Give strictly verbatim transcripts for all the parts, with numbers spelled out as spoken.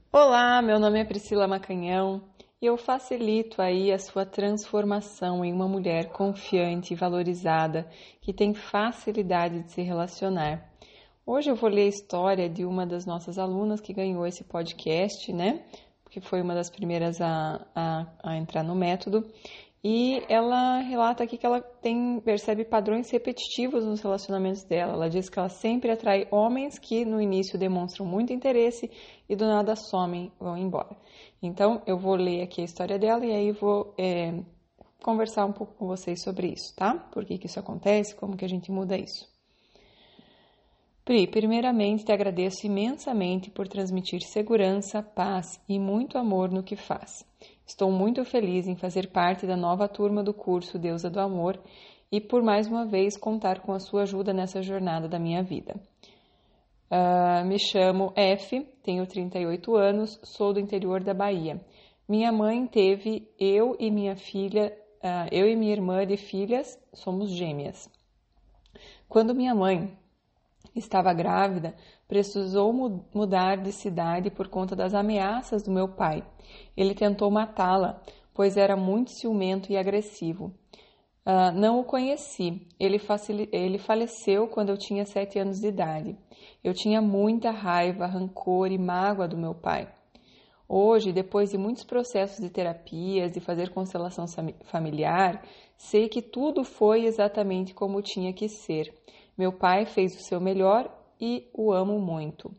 Olá, meu nome é Priscila Macanhão e eu facilito aí a sua transformação em uma mulher confiante e valorizada que tem facilidade de se relacionar. Hoje eu vou ler a história de uma das nossas alunas que ganhou esse podcast, né? Que foi uma das primeiras a, a, a entrar no método. E ela relata aqui que ela tem, percebe padrões repetitivos nos relacionamentos dela. Ela diz que ela sempre atrai homens que no início demonstram muito interesse e do nada somem, vão embora. Então, eu vou ler aqui a história dela e aí vou é, conversar um pouco com vocês sobre isso, tá? Por que que isso acontece, como que a gente muda isso. Pri, primeiramente te agradeço imensamente por transmitir segurança, paz e muito amor no que faz. Estou muito feliz em fazer parte da nova turma do curso Deusa do Amor e por mais uma vez contar com a sua ajuda nessa jornada da minha vida. Uh, me chamo F, tenho trinta e oito anos, sou do interior da Bahia. Minha mãe teve eu e minha filha, uh, eu e minha irmã de filhas, somos gêmeas. Quando minha mãe estava grávida, precisou mudar de cidade por conta das ameaças do meu pai. Ele tentou matá-la, pois era muito ciumento e agressivo. Uh, não o conheci. Ele, facil... Ele faleceu quando eu tinha sete anos de idade. Eu tinha muita raiva, rancor e mágoa do meu pai. Hoje, depois de muitos processos de terapias, de fazer constelação familiar, sei que tudo foi exatamente como tinha que ser. Meu pai fez o seu melhor e o amo muito.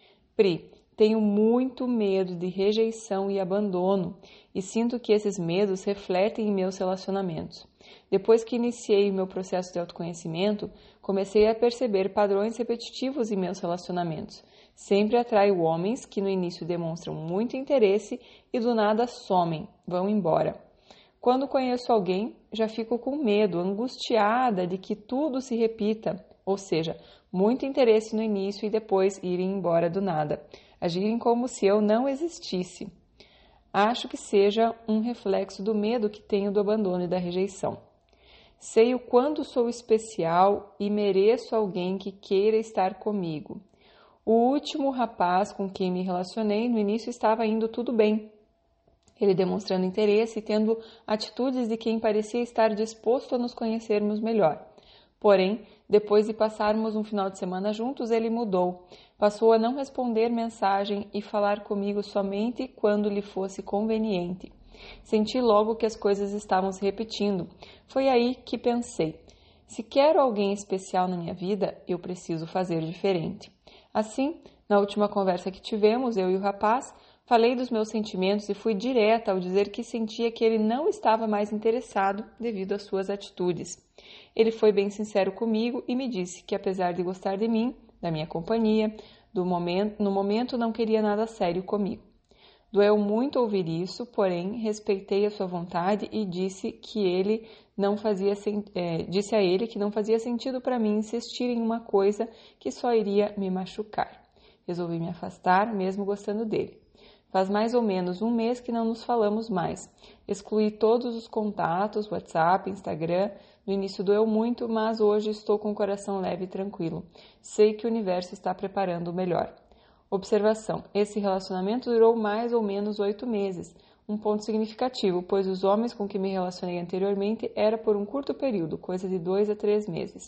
Pri, tenho muito medo de rejeição e abandono e sinto que esses medos refletem em meus relacionamentos. Depois que iniciei o meu processo de autoconhecimento, comecei a perceber padrões repetitivos em meus relacionamentos. Sempre atraio homens que no início demonstram muito interesse e do nada somem, vão embora. Quando conheço alguém, já fico com medo, angustiada de que tudo se repita, ou seja, muito interesse no início e depois irem embora do nada, agirem como se eu não existisse. Acho que seja um reflexo do medo que tenho do abandono e da rejeição. Sei o quanto sou especial e mereço alguém que queira estar comigo. O último rapaz com quem me relacionei no início estava indo tudo bem. Ele demonstrando interesse e tendo atitudes de quem parecia estar disposto a nos conhecermos melhor. Porém, depois de passarmos um final de semana juntos, ele mudou. Passou a não responder mensagem e falar comigo somente quando lhe fosse conveniente. Senti logo que as coisas estavam se repetindo. Foi aí que pensei, se quero alguém especial na minha vida, eu preciso fazer diferente. Assim, na última conversa que tivemos, eu e o rapaz, falei dos meus sentimentos e fui direta ao dizer que sentia que ele não estava mais interessado devido às suas atitudes. Ele foi bem sincero comigo e me disse que, apesar de gostar de mim, da minha companhia, do momento, no momento não queria nada sério comigo. Doeu muito ouvir isso, porém respeitei a sua vontade e disse que ele não fazia é, disse a ele que não fazia sentido para mim insistir em uma coisa que só iria me machucar. Resolvi me afastar, mesmo gostando dele. Faz mais ou menos um mês que não nos falamos mais. Excluí todos os contatos, WhatsApp, Instagram. No início doeu muito, mas hoje estou com o coração leve e tranquilo. Sei que o universo está preparando o melhor. Observação. Esse relacionamento durou mais ou menos oito meses. Um ponto significativo, pois os homens com que me relacionei anteriormente era por um curto período, coisa de dois a três meses.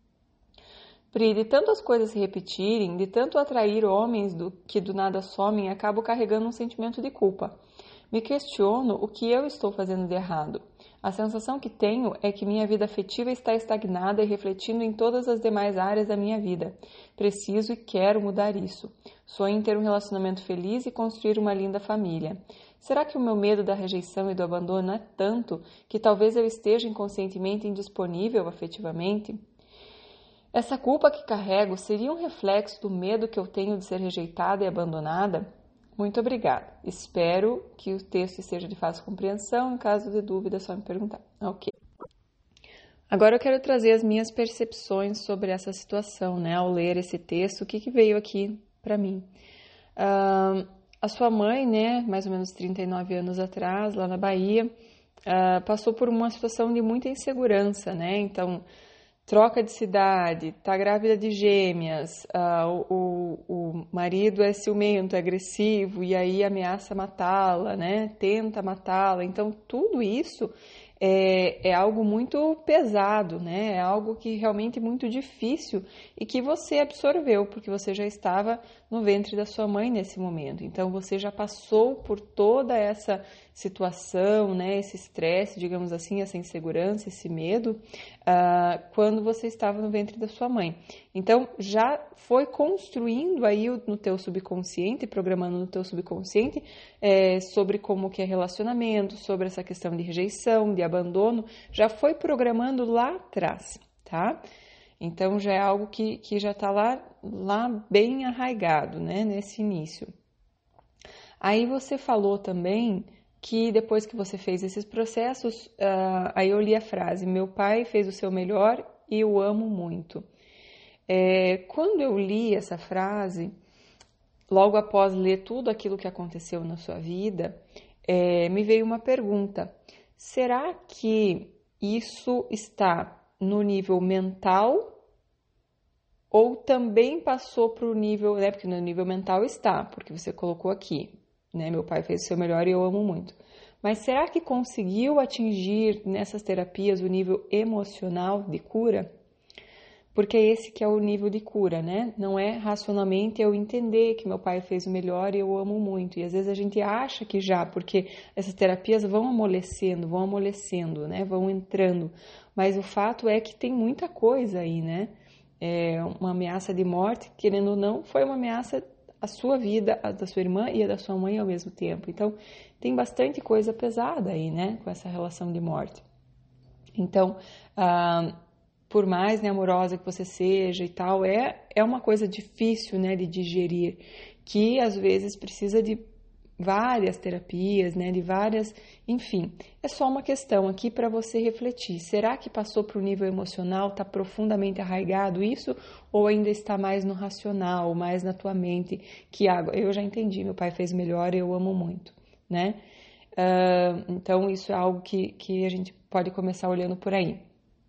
Pri, de tanto as coisas se repetirem, de tanto atrair homens do, que do nada somem, acabo carregando um sentimento de culpa. Me questiono o que eu estou fazendo de errado. A sensação que tenho é que minha vida afetiva está estagnada e refletindo em todas as demais áreas da minha vida. Preciso e quero mudar isso. Sonho em ter um relacionamento feliz e construir uma linda família. Será que o meu medo da rejeição e do abandono é tanto que talvez eu esteja inconscientemente indisponível afetivamente? Essa culpa que carrego seria um reflexo do medo que eu tenho de ser rejeitada e abandonada? Muito obrigada. Espero que o texto seja de fácil compreensão. Em caso de dúvida, é só me perguntar. Ok. Agora eu quero trazer as minhas percepções sobre essa situação, né? Ao ler esse texto, o que, que veio aqui para mim? Uh, a sua mãe, né, mais ou menos trinta e nove anos atrás, lá na Bahia, uh, passou por uma situação de muita insegurança, né? Então, troca de cidade, tá grávida de gêmeas, uh, o, o marido é ciumento, é agressivo e aí ameaça matá-la, né? Tenta matá-la. Então, tudo isso é, é algo muito pesado, né? É algo que realmente é muito difícil e que você absorveu, porque você já estava no ventre da sua mãe nesse momento. Então, você já passou por toda essa situação, né? Esse estresse, digamos assim, essa insegurança, esse medo, uh, quando você estava no ventre da sua mãe. Então, já foi construindo aí no teu subconsciente, programando no teu subconsciente é, sobre como que é relacionamento, sobre essa questão de rejeição, de abandono, já foi programando lá atrás, tá? Então, já é algo que, que já está lá, lá bem arraigado, né, nesse início. Aí você falou também que depois que você fez esses processos, uh, aí eu li a frase, meu pai fez o seu melhor e eu amo muito. É, quando eu li essa frase, logo após ler tudo aquilo que aconteceu na sua vida, é, me veio uma pergunta, será que isso está no nível mental ou também passou para o nível, né, porque no nível mental está, porque você colocou aqui, né, meu pai fez o seu melhor e eu amo muito. Mas será que conseguiu atingir nessas terapias o nível emocional de cura? Porque esse que é o nível de cura, né? Não é racionalmente eu entender que meu pai fez o melhor e eu amo muito. E às vezes a gente acha que já, porque essas terapias vão amolecendo, vão amolecendo, né? Vão entrando. Mas o fato é que tem muita coisa aí, né? É uma ameaça de morte, querendo ou não, foi uma ameaça à sua vida, a da sua irmã e a da sua mãe ao mesmo tempo. Então, tem bastante coisa pesada aí, né? Com essa relação de morte. Então, ah, por mais, né, amorosa que você seja e tal, é, é uma coisa difícil, né, de digerir, que às vezes precisa de várias terapias, né, de várias, enfim, é só uma questão aqui para você refletir, será que passou para o nível emocional, está profundamente arraigado isso, ou ainda está mais no racional, mais na tua mente, que ah, eu já entendi, meu pai fez melhor, eu amo muito, né, uh, então isso é algo que, que a gente pode começar olhando por aí.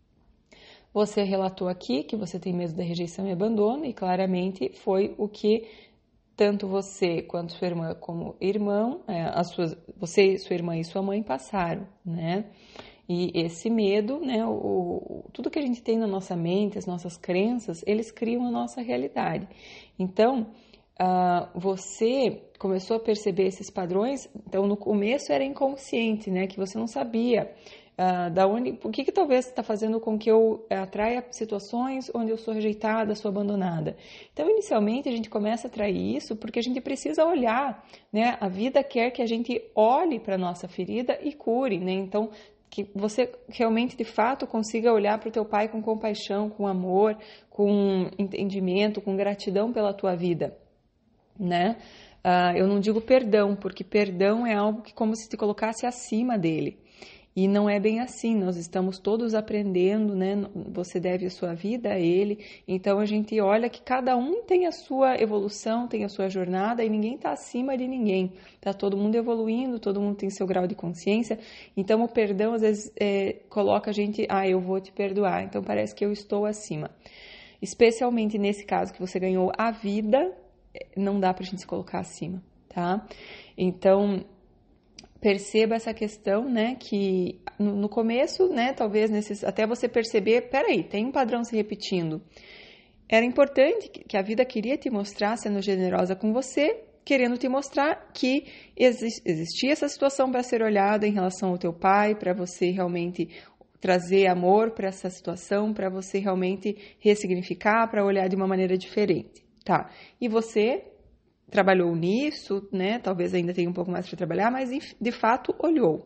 Você relatou aqui que você tem medo da rejeição e abandono e claramente foi o que tanto você quanto sua irmã como irmão, é, as suas, você, sua irmã e sua mãe passaram, né? E esse medo, né, o, o, tudo que a gente tem na nossa mente, as nossas crenças, eles criam a nossa realidade. Então, uh, você começou a perceber esses padrões, então no começo era inconsciente, né, que você não sabia uh, da onde, o que que talvez está fazendo com que eu atraia situações onde eu sou rejeitada, sou abandonada. Então, inicialmente, a gente começa a atrair isso porque a gente precisa olhar, né, a vida quer que a gente olhe para a nossa ferida e cure, né, então, que você realmente, de fato, consiga olhar para o teu pai com compaixão, com amor, com entendimento, com gratidão pela tua vida, né? Uh, eu não digo perdão, porque perdão é algo que como se te colocasse acima dele. E não é bem assim, nós estamos todos aprendendo, né? Você deve a sua vida a ele, então a gente olha que cada um tem a sua evolução, tem a sua jornada e ninguém está acima de ninguém, tá todo mundo evoluindo, todo mundo tem seu grau de consciência, então o perdão às vezes é, coloca a gente, ah, eu vou te perdoar, então parece que eu estou acima. Especialmente nesse caso que você ganhou a vida, não dá pra gente se colocar acima, tá? Então, perceba essa questão, né, que no, no começo, né, talvez nesses, até você perceber, peraí, tem um padrão se repetindo. Era importante que a vida queria te mostrar, sendo generosa com você, querendo te mostrar que existia essa situação para ser olhada em relação ao teu pai, para você realmente trazer amor para essa situação, para você realmente ressignificar, para olhar de uma maneira diferente, tá? E você trabalhou nisso, né? Talvez ainda tenha um pouco mais para trabalhar, mas de fato olhou.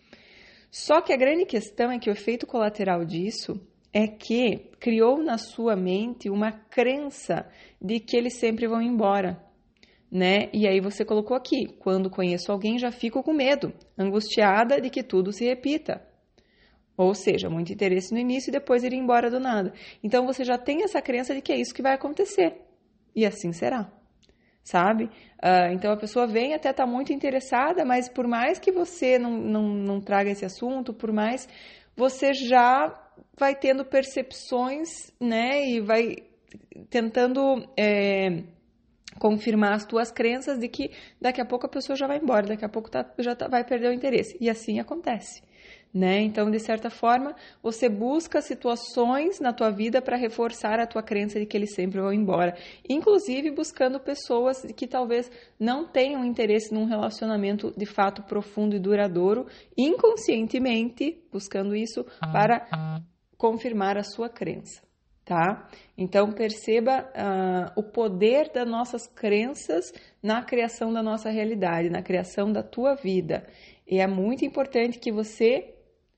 Só que a grande questão é que o efeito colateral disso é que criou na sua mente uma crença de que eles sempre vão embora, né? E aí você colocou aqui, quando conheço alguém já fico com medo, angustiada de que tudo se repita. Ou seja, muito interesse no início e depois ir embora do nada. Então você já tem essa crença de que é isso que vai acontecer. E assim será. Sabe? Uh, então a pessoa vem até estar tá muito interessada, mas por mais que você não, não, não traga esse assunto, por mais você já vai tendo percepções, né, e vai tentando é, confirmar as tuas crenças de que daqui a pouco a pessoa já vai embora, daqui a pouco tá, já tá, vai perder o interesse. E assim acontece, né? Então, de certa forma, você busca situações na tua vida para reforçar a tua crença de que eles sempre vão embora. Inclusive, buscando pessoas que talvez não tenham interesse num relacionamento de fato profundo e duradouro, inconscientemente buscando isso para confirmar a sua crença. Tá? Então, perceba uh, o poder das nossas crenças na criação da nossa realidade, na criação da tua vida. E é muito importante que você,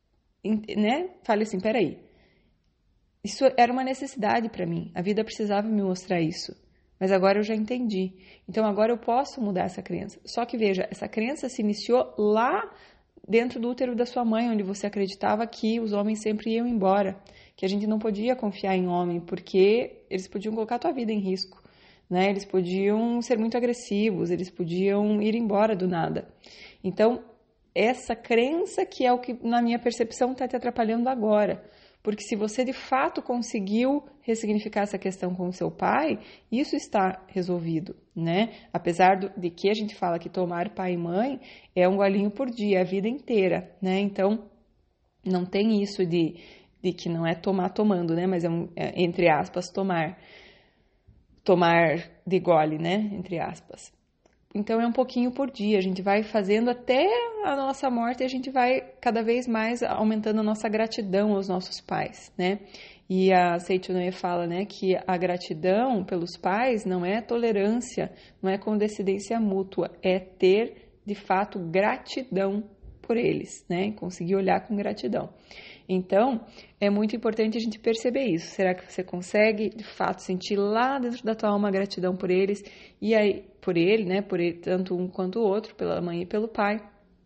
né, fale assim, peraí, isso era uma necessidade para mim, a vida precisava me mostrar isso, mas agora eu já entendi. Então, agora eu posso mudar essa crença. Só que, veja, essa crença se iniciou lá dentro do útero da sua mãe, onde você acreditava que os homens sempre iam embora, que a gente não podia confiar em homem, porque eles podiam colocar a tua vida em risco, né? Eles podiam ser muito agressivos, eles podiam ir embora do nada. Então, essa crença que é o que, na minha percepção, está te atrapalhando agora. Porque se você, de fato, conseguiu ressignificar essa questão com o seu pai, isso está resolvido, né? Apesar do, de que a gente fala que tomar pai e mãe é um golinho por dia, a vida inteira, né? Então, não tem isso de... de que não é tomar tomando, né? Mas é, um, é entre aspas, tomar. Tomar de gole, né? Entre aspas. Então, é um pouquinho por dia. A gente vai fazendo até a nossa morte e a gente vai cada vez mais aumentando a nossa gratidão aos nossos pais, né? E a Seiichi Noe fala, né, que a gratidão pelos pais não é tolerância, não é condescendência mútua, é ter, de fato, gratidão por eles, né? Conseguir olhar com gratidão. Então, é muito importante a gente perceber isso. Será que você consegue, de fato, sentir lá dentro da tua alma a gratidão por eles? E aí, por ele, né? Por ele, tanto um quanto o outro, pela mãe e pelo pai.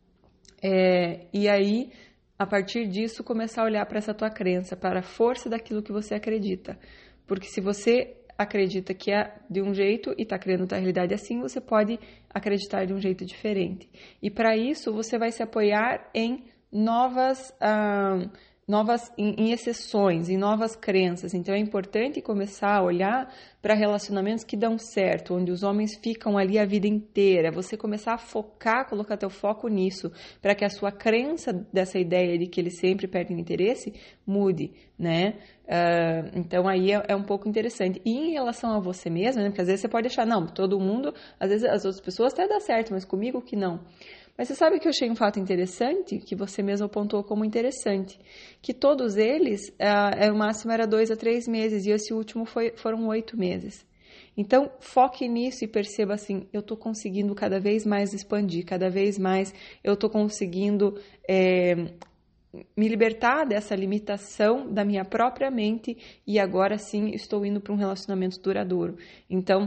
É, e aí, a partir disso, começar a olhar para essa tua crença, para a força daquilo que você acredita. Porque se você acredita que é de um jeito e está criando tua realidade assim, você pode acreditar de um jeito diferente. E para isso, você vai se apoiar em novas... Ah, novas em, em exceções, em novas crenças. Então é importante começar a olhar para relacionamentos que dão certo, onde os homens ficam ali a vida inteira. Você começar a focar, colocar teu foco nisso, para que a sua crença dessa ideia de que eles sempre perdem interesse mude, né? Uh, então aí é, é um pouco interessante. E em relação a você mesmo, né? Porque às vezes você pode achar, não, todo mundo, às vezes as outras pessoas até dá certo, mas comigo que não. Mas você sabe que eu achei um fato interessante, que você mesmo apontou como interessante, que todos eles, uh, o máximo era dois a três meses, e esse último foi, foram oito meses. Então, foque nisso e perceba assim, eu estou conseguindo cada vez mais expandir, cada vez mais eu estou conseguindo é, me libertar dessa limitação da minha própria mente, e agora sim estou indo para um relacionamento duradouro. Então,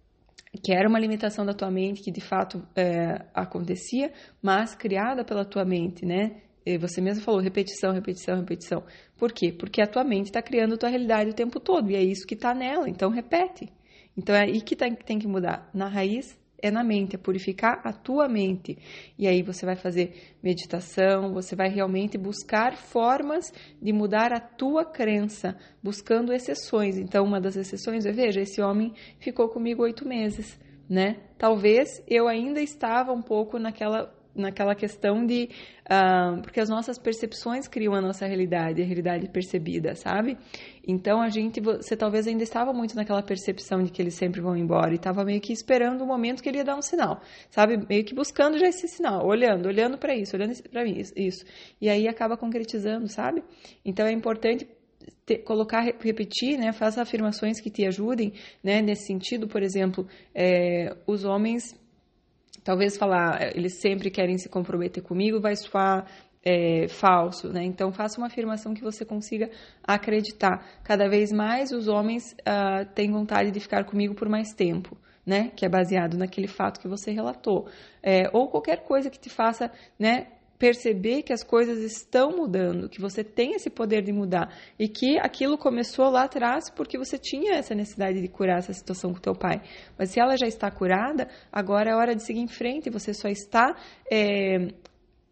que era uma limitação da tua mente que de fato é, acontecia, mas criada pela tua mente, né? E você mesmo falou repetição, repetição, repetição. Por quê? Porque a tua mente está criando a tua realidade o tempo todo e é isso que está nela, então repete. Então é aí que tá, tem que mudar. Na raiz é na mente, é purificar a tua mente. E aí você vai fazer meditação, você vai realmente buscar formas de mudar a tua crença, buscando exceções. Então, uma das exceções é, veja, esse homem ficou comigo oito meses, né? Talvez eu ainda estava um pouco naquela... naquela questão de... Uh, porque as nossas percepções criam a nossa realidade, a realidade percebida, sabe? Então, a gente... Você talvez ainda estava muito naquela percepção de que eles sempre vão embora e estava meio que esperando o momento que ele ia dar um sinal, sabe? Meio que buscando já esse sinal, olhando, olhando para isso, olhando para mim, isso. E aí acaba concretizando, sabe? Então, é importante... Ter, colocar, repetir, né? Faça afirmações que te ajudem, né? Nesse sentido, por exemplo, é, os homens... Talvez falar, eles sempre querem se comprometer comigo, vai soar é, falso, né? Então, faça uma afirmação que você consiga acreditar. Cada vez mais os homens uh, têm vontade de ficar comigo por mais tempo, né? Que é baseado naquele fato que você relatou. É, ou qualquer coisa que te faça, né? Perceber que as coisas estão mudando, que você tem esse poder de mudar e que aquilo começou lá atrás porque você tinha essa necessidade de curar essa situação com o teu pai. Mas se ela já está curada, agora é hora de seguir em frente, você só está é,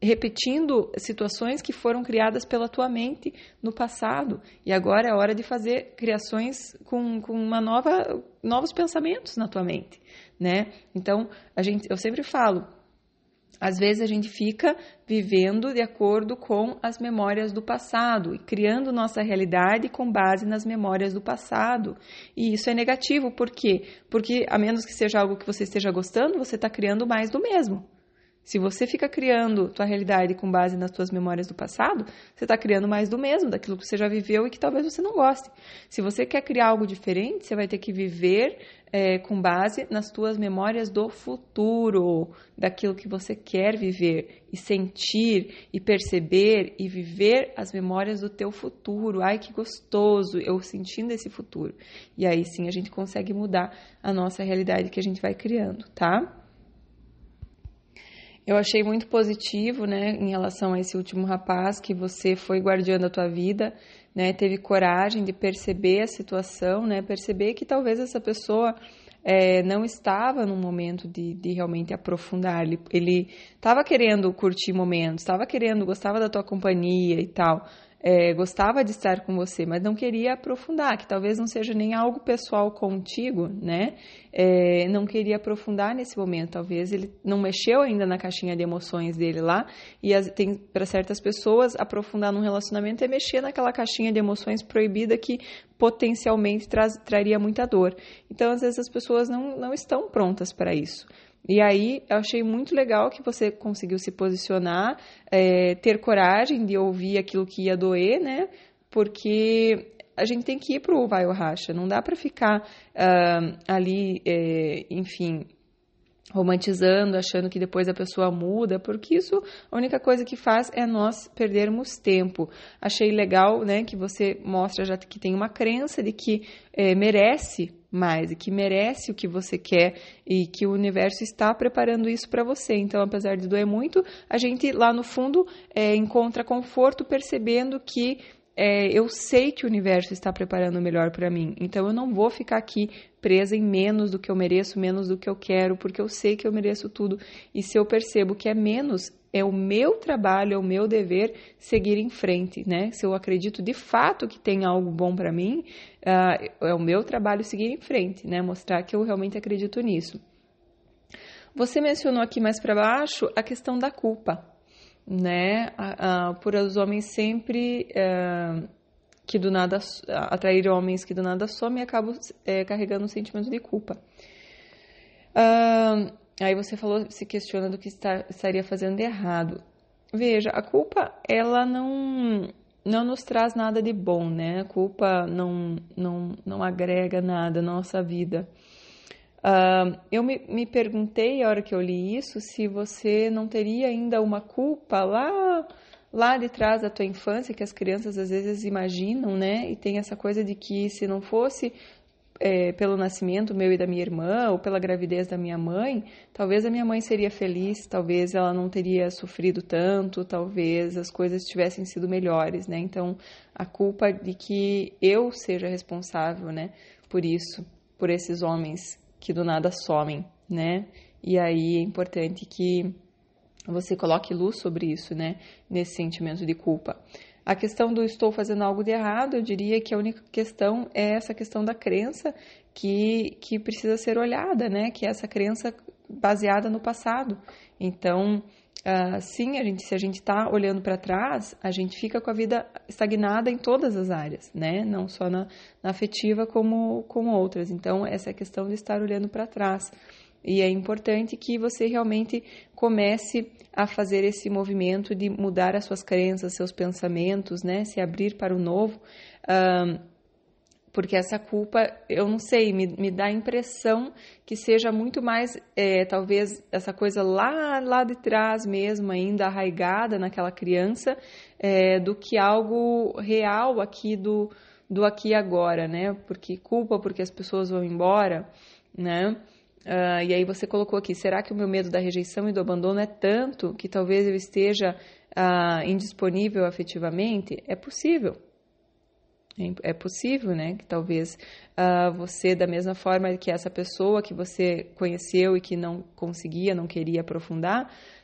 repetindo situações que foram criadas pela tua mente no passado. E agora é hora de fazer criações com, com uma nova, novos pensamentos na tua mente, né? Então, a gente, eu sempre falo, às vezes a gente fica vivendo de acordo com as memórias do passado e criando nossa realidade com base nas memórias do passado. E isso é negativo, por quê? Porque a menos que seja algo que você esteja gostando, você está criando mais do mesmo. Se você fica criando tua realidade com base nas tuas memórias do passado, você está criando mais do mesmo, daquilo que você já viveu e que talvez você não goste. Se você quer criar algo diferente, você vai ter que viver é, com base nas tuas memórias do futuro, daquilo que você quer viver e sentir e perceber e viver as memórias do teu futuro. Ai, que gostoso, eu sentindo esse futuro. E aí sim a gente consegue mudar a nossa realidade que a gente vai criando, tá? Eu achei muito positivo, né, em relação a esse último rapaz, que você foi guardiã da tua vida, né, teve coragem de perceber a situação, né, perceber que talvez essa pessoa é, não estava num momento de, de realmente aprofundar, ele estava querendo curtir momentos, estava querendo, gostava da tua companhia e tal, é, gostava de estar com você, mas não queria aprofundar, que talvez não seja nem algo pessoal contigo, né? É, não queria aprofundar nesse momento, talvez ele não mexeu ainda na caixinha de emoções dele lá, e as, tem para certas pessoas aprofundar num relacionamento é mexer naquela caixinha de emoções proibida que potencialmente traz, traria muita dor. Então, às vezes as pessoas não, não estão prontas para isso. E aí, eu achei muito legal que você conseguiu se posicionar, é, ter coragem de ouvir aquilo que ia doer, né? Porque a gente tem que ir pro vai ou racha, não dá para ficar uh, ali, é, enfim, romantizando, achando que depois a pessoa muda, porque isso, a única coisa que faz é nós perdermos tempo. Achei legal, né, que você mostra já que tem uma crença de que é, merece mais, e que merece o que você quer, e que o universo está preparando isso para você. Então, apesar de doer muito, a gente lá no fundo é, encontra conforto percebendo que É, eu sei que o universo está preparando o melhor para mim, então eu não vou ficar aqui presa em menos do que eu mereço, menos do que eu quero, porque eu sei que eu mereço tudo. E se eu percebo que é menos, é o meu trabalho, é o meu dever seguir em frente, né? Se eu acredito de fato que tem algo bom para mim, uh, é o meu trabalho seguir em frente, né? Mostrar que eu realmente acredito nisso. Você mencionou aqui mais para baixo a questão da culpa, né, a, a, por os homens sempre é, que do nada atrair homens que do nada somem, acabam é, carregando um sentimento de culpa. Ah, aí você falou, se questiona do que está, estaria fazendo de errado. Veja, a culpa ela não não nos traz nada de bom, né? A culpa não não não agrega nada à nossa vida. Uh, eu me, me perguntei, a hora que eu li isso, se você não teria ainda uma culpa lá, lá de trás da tua infância, que as crianças às vezes imaginam, né? E tem essa coisa de que se não fosse é, pelo nascimento meu e da minha irmã, ou pela gravidez da minha mãe, talvez a minha mãe seria feliz, talvez ela não teria sofrido tanto, talvez as coisas tivessem sido melhores, né? Então, a culpa de que eu seja responsável, né? Por isso, por esses homens que do nada somem, né? E aí é importante que você coloque luz sobre isso, né? Nesse sentimento de culpa. A questão do estou fazendo algo de errado, eu diria que a única questão é essa questão da crença que, que precisa ser olhada, né? Que é essa crença baseada no passado. Então, uh, sim, a gente, se a gente está olhando para trás, a gente fica com a vida estagnada em todas as áreas, né? Não só na, na afetiva como com outras. Então, essa é a questão de estar olhando para trás. E é importante que você realmente comece a fazer esse movimento de mudar as suas crenças, seus pensamentos, né? Se abrir para o novo. Uh, porque essa culpa, eu não sei, me, me dá a impressão que seja muito mais, é, talvez, essa coisa lá, lá de trás mesmo, ainda arraigada naquela criança, é, do que algo real aqui do, do aqui e agora, né? Porque culpa porque as pessoas vão embora, né? Uh, e aí você colocou aqui, será que o meu medo da rejeição e do abandono é tanto que talvez eu esteja uh, indisponível afetivamente? É possível. É possível, né, que talvez uh, você, da mesma forma que essa pessoa que você conheceu e que não conseguia, não queria aprofundar,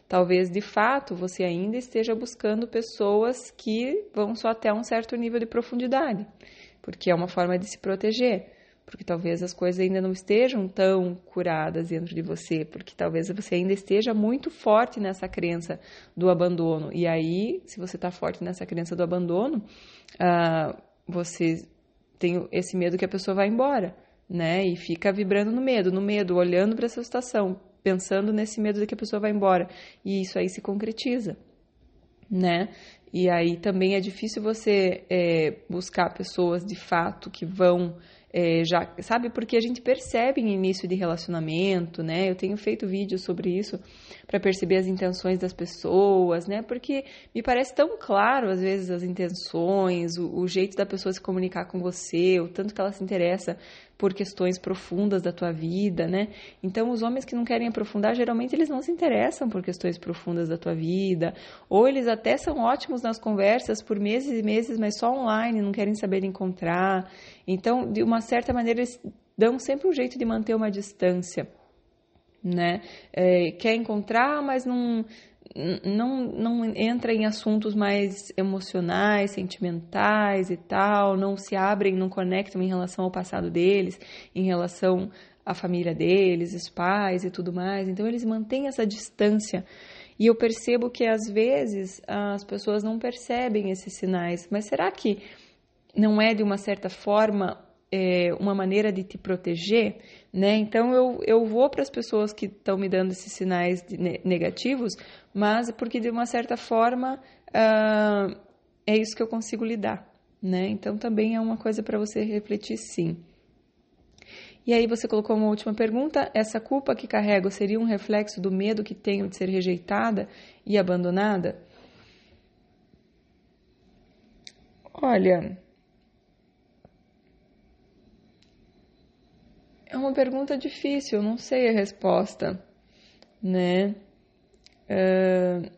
talvez de fato você ainda esteja buscando pessoas que vão só até um certo nível de profundidade, porque é uma forma de se proteger, porque talvez as coisas ainda não estejam tão curadas dentro de você, porque talvez você ainda esteja muito forte nessa crença do abandono. E aí, se você está forte nessa crença do abandono, uh, você tem esse medo que a pessoa vai embora, né? E fica vibrando no medo, no medo, olhando para essa situação, pensando nesse medo de que a pessoa vai embora. E isso aí se concretiza, né? E aí também é difícil você é, buscar pessoas de fato que vão é, já, sabe, porque a gente percebe em início de relacionamento, né? Eu tenho feito vídeos sobre isso para perceber as intenções das pessoas, né? Porque me parece tão claro às vezes as intenções, o, o jeito da pessoa se comunicar com você, o tanto que ela se interessa por questões profundas da tua vida, né? Então, os homens que não querem aprofundar, geralmente eles não se interessam por questões profundas da tua vida, ou eles até são ótimos nas conversas por meses e meses, mas só online, não querem saber de encontrar. Então, de uma certa maneira, eles dão sempre um jeito de manter uma distância, né? É, quer encontrar, mas não... Não, não entra em assuntos mais emocionais, sentimentais e tal, não se abrem, não conectam em relação ao passado deles, em relação à família deles, os pais e tudo mais. Então, eles mantêm essa distância. E eu percebo que, às vezes, as pessoas não percebem esses sinais. Mas será que não é, de uma certa forma, é, uma maneira de te proteger, né? Então, eu, eu vou para as pessoas que estão me dando esses sinais de negativos, mas porque, de uma certa forma, uh, é isso que eu consigo lidar, né? Então, também é uma coisa para você refletir, sim. E aí, você colocou uma última pergunta. Essa culpa que carrego seria um reflexo do medo que tenho de ser rejeitada e abandonada? Olha... É uma pergunta difícil, eu não sei a resposta, né? Uh,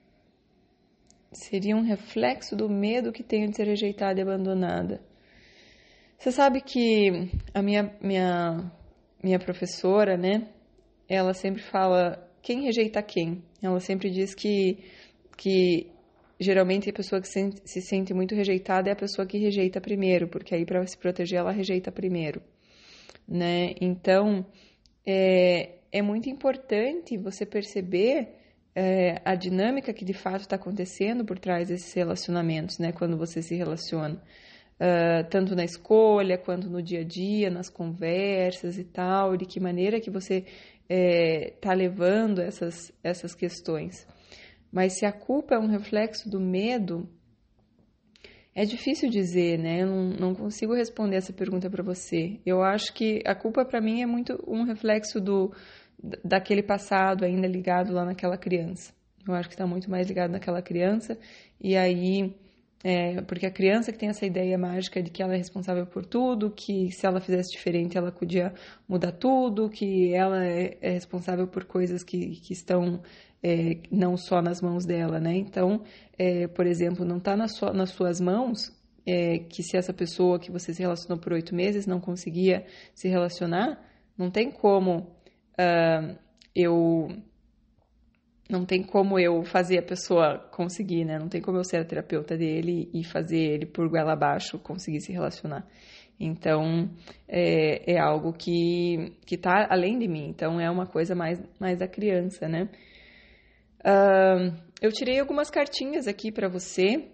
seria um reflexo do medo que tenho de ser rejeitada e abandonada. Você sabe que a minha, minha, minha professora, né? Ela sempre fala, quem rejeita quem? Ela sempre diz que, que geralmente a pessoa que se, se sente muito rejeitada é a pessoa que rejeita primeiro, porque aí para se proteger ela rejeita primeiro. Né? Então, é, é muito importante você perceber é, a dinâmica que de fato está acontecendo por trás desses relacionamentos, né? Quando você se relaciona, uh, tanto na escolha, quanto no dia a dia, nas conversas e tal, de que maneira que você está é, levando essas, essas questões. Mas se a culpa é um reflexo do medo, é difícil dizer, né? Eu não, não consigo responder essa pergunta para você. Eu acho que a culpa para mim é muito um reflexo do, daquele passado ainda ligado lá naquela criança. Eu acho que está muito mais ligado naquela criança. E aí, é, porque a criança que tem essa ideia mágica de que ela é responsável por tudo, que se ela fizesse diferente ela podia mudar tudo, que ela é, é responsável por coisas que, que estão... É, não só nas mãos dela, né? Então, é, por exemplo, não está na sua, nas suas mãos é, que se essa pessoa que você se relacionou por oito meses não conseguia se relacionar, não tem como uh, eu não tem como eu fazer a pessoa conseguir, né? Não tem como eu ser a terapeuta dele e fazer ele por goela abaixo conseguir se relacionar. Então, é, é algo que que está além de mim. Então, é uma coisa mais, mais da criança, né? Uh, eu tirei algumas cartinhas aqui para você,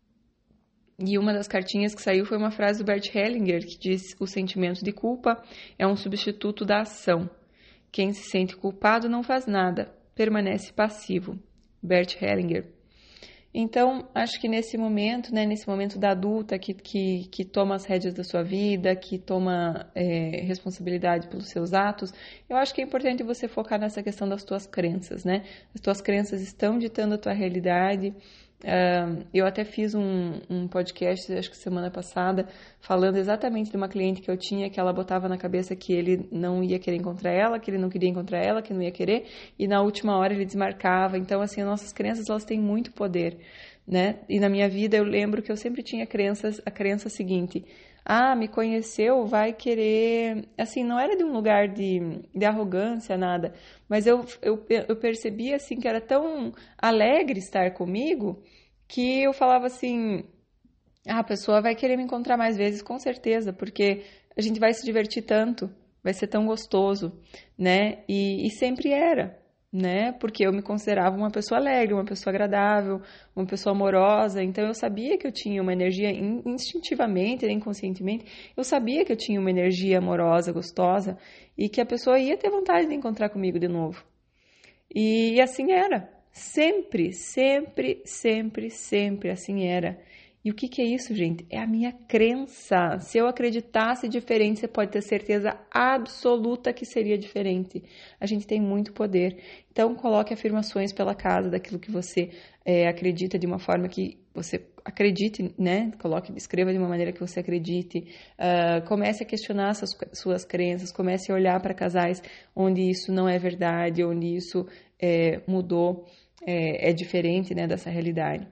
e uma das cartinhas que saiu foi uma frase do Bert Hellinger, que diz: o sentimento de culpa é um substituto da ação. Quem se sente culpado não faz nada, permanece passivo. Bert Hellinger. Então, acho que nesse momento, né, nesse momento da adulta que, que, que toma as rédeas da sua vida, que toma é, responsabilidade pelos seus atos, eu acho que é importante você focar nessa questão das tuas crenças, né? As tuas crenças estão ditando a tua realidade. Uh, eu até fiz um, um podcast, acho que semana passada, falando exatamente de uma cliente que eu tinha, que ela botava na cabeça que ele não ia querer encontrar ela, que ele não queria encontrar ela, que não ia querer, e na última hora ele desmarcava. Então, assim, as nossas crenças, elas têm muito poder, né? E na minha vida eu lembro que eu sempre tinha crenças, a crença seguinte: ah, me conheceu, vai querer... Assim, não era de um lugar de, de arrogância, nada, mas eu, eu, eu percebi, assim, que era tão alegre estar comigo, que eu falava assim, ah, a pessoa vai querer me encontrar mais vezes, com certeza, porque a gente vai se divertir tanto, vai ser tão gostoso, né? E, e sempre era, né? Porque eu me considerava uma pessoa alegre, uma pessoa agradável, uma pessoa amorosa, então eu sabia que eu tinha uma energia instintivamente, inconscientemente, eu sabia que eu tinha uma energia amorosa, gostosa, e que a pessoa ia ter vontade de encontrar comigo de novo. E assim era, sempre, sempre, sempre, sempre assim era. E o que que é isso, gente? É a minha crença. Se eu acreditasse diferente, você pode ter certeza absoluta que seria diferente. A gente tem muito poder. Então, coloque afirmações pela casa daquilo que você é, acredita de uma forma que você acredite, né? Coloque, escreva de uma maneira que você acredite. Uh, comece a questionar suas, suas crenças. Comece a olhar para casais onde isso não é verdade, onde isso é, mudou, é, é diferente, né, dessa realidade.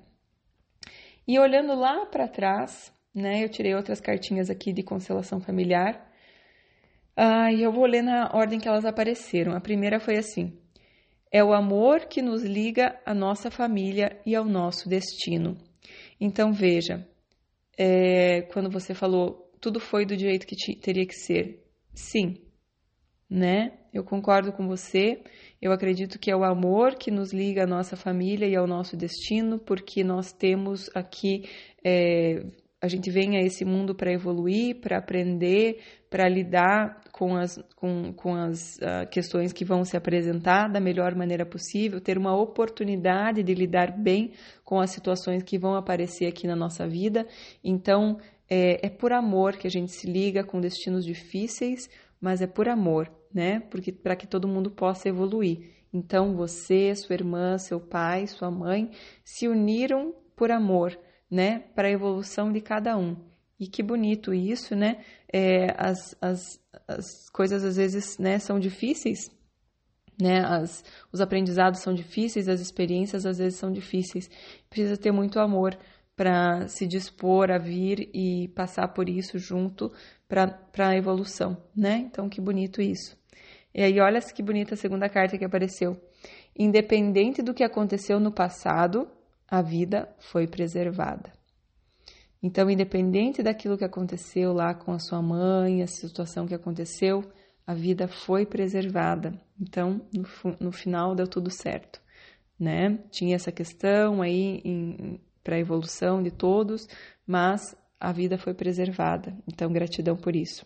E olhando lá para trás, né, eu tirei outras cartinhas aqui de constelação familiar, ah, e eu vou ler na ordem que elas apareceram. A primeira foi assim: é o amor que nos liga à nossa família e ao nosso destino. Então, veja, é, quando você falou, tudo foi do jeito que te, teria que ser. Sim, né? Eu concordo com você. Eu acredito que é o amor que nos liga à nossa família e ao nosso destino, porque nós temos aqui, é, a gente vem a esse mundo para evoluir, para aprender, para lidar com as, com, com as uh, questões que vão se apresentar da melhor maneira possível, ter uma oportunidade de lidar bem com as situações que vão aparecer aqui na nossa vida. Então, é, é por amor que a gente se liga com destinos difíceis, mas é por amor, né? Porque para que todo mundo possa evoluir. Então, você, sua irmã, seu pai, sua mãe se uniram por amor, né? Para a evolução de cada um. E que bonito isso, né? É, as, as, as coisas às vezes, né, são difíceis, né? As, os aprendizados são difíceis, as experiências às vezes são difíceis. Precisa ter muito amor para se dispor a vir e passar por isso junto para a evolução, né? Então, que bonito isso. E aí, olha que bonita a segunda carta que apareceu. Independente do que aconteceu no passado, a vida foi preservada. Então, independente daquilo que aconteceu lá com a sua mãe, a situação que aconteceu, a vida foi preservada. Então, no, no final deu tudo certo, né? Tinha essa questão aí para a evolução de todos, mas a vida foi preservada. Então, gratidão por isso.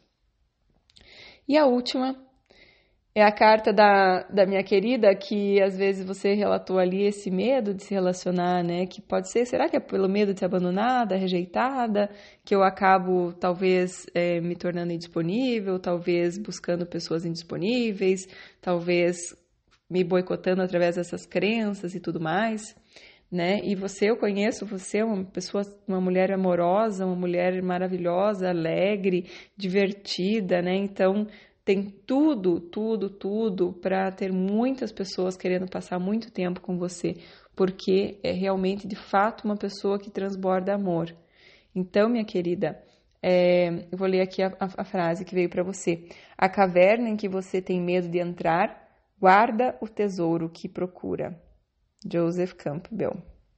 E a última é a carta da, da minha querida, que às vezes você relatou ali esse medo de se relacionar, né? Que pode ser, será que é pelo medo de ser abandonada, rejeitada, que eu acabo talvez é, me tornando indisponível, talvez buscando pessoas indisponíveis, talvez me boicotando através dessas crenças e tudo mais, né? E você, eu conheço você, uma pessoa, uma mulher amorosa, uma mulher maravilhosa, alegre, divertida, né? Então, tem tudo, tudo, tudo para ter muitas pessoas querendo passar muito tempo com você, porque é realmente, de fato, uma pessoa que transborda amor. Então, minha querida, é, eu vou ler aqui a, a, a frase que veio para você. A caverna em que você tem medo de entrar, guarda o tesouro que procura. Joseph Campbell.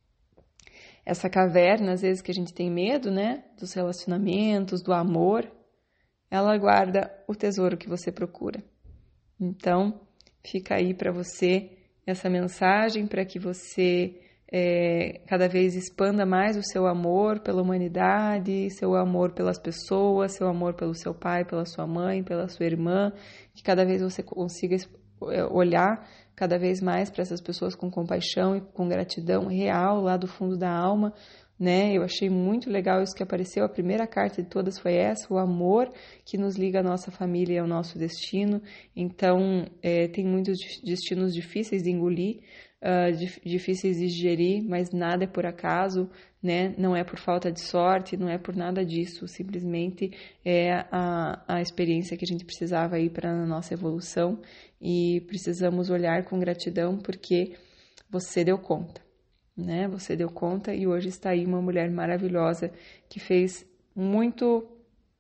Essa caverna, às vezes que a gente tem medo, né, dos relacionamentos, do amor, ela guarda o tesouro que você procura. Então, fica aí para você essa mensagem, para que você é, cada vez expanda mais o seu amor pela humanidade, seu amor pelas pessoas, seu amor pelo seu pai, pela sua mãe, pela sua irmã, que cada vez você consiga olhar cada vez mais para essas pessoas com compaixão e com gratidão real lá do fundo da alma, né? Eu achei muito legal isso que apareceu. A primeira carta de todas foi essa, o amor que nos liga à nossa família e ao nosso destino. Então, é, tem muitos destinos difíceis de engolir, uh, dif- difíceis de digerir, mas nada é por acaso, né? Não é por falta de sorte, não é por nada disso. Simplesmente é a, a experiência que a gente precisava aí para a nossa evolução e precisamos olhar com gratidão porque você deu conta. Né? Você deu conta e hoje está aí uma mulher maravilhosa que fez muito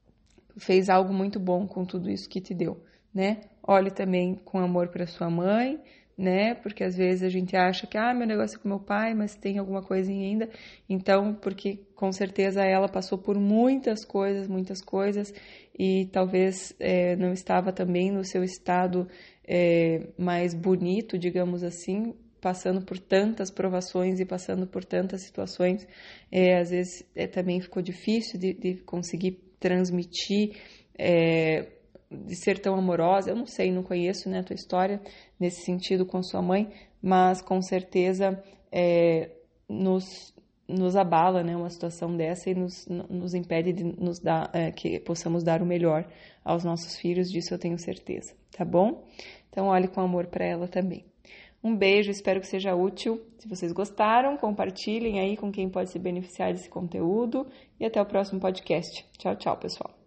fez algo muito bom com tudo isso que te deu, né? Olhe também com amor para sua mãe, né? Porque às vezes a gente acha que, ah, meu negócio é com meu pai, mas tem alguma coisinha ainda. Então, porque com certeza ela passou por muitas coisas, muitas coisas, e talvez é, não estava também no seu estado é, mais bonito, digamos assim, passando por tantas provações e passando por tantas situações. É, às vezes é, também ficou difícil de, de conseguir transmitir, é, de ser tão amorosa. Eu não sei, não conheço, né, a tua história nesse sentido com sua mãe, mas com certeza é, nos, nos abala, né, uma situação dessa e nos, nos impede de nos dar, é, que possamos dar o melhor aos nossos filhos, disso eu tenho certeza, tá bom? Então olhe com amor para ela também. Um beijo, espero que seja útil. Se vocês gostaram, compartilhem aí com quem pode se beneficiar desse conteúdo e até o próximo podcast. Tchau, tchau, pessoal.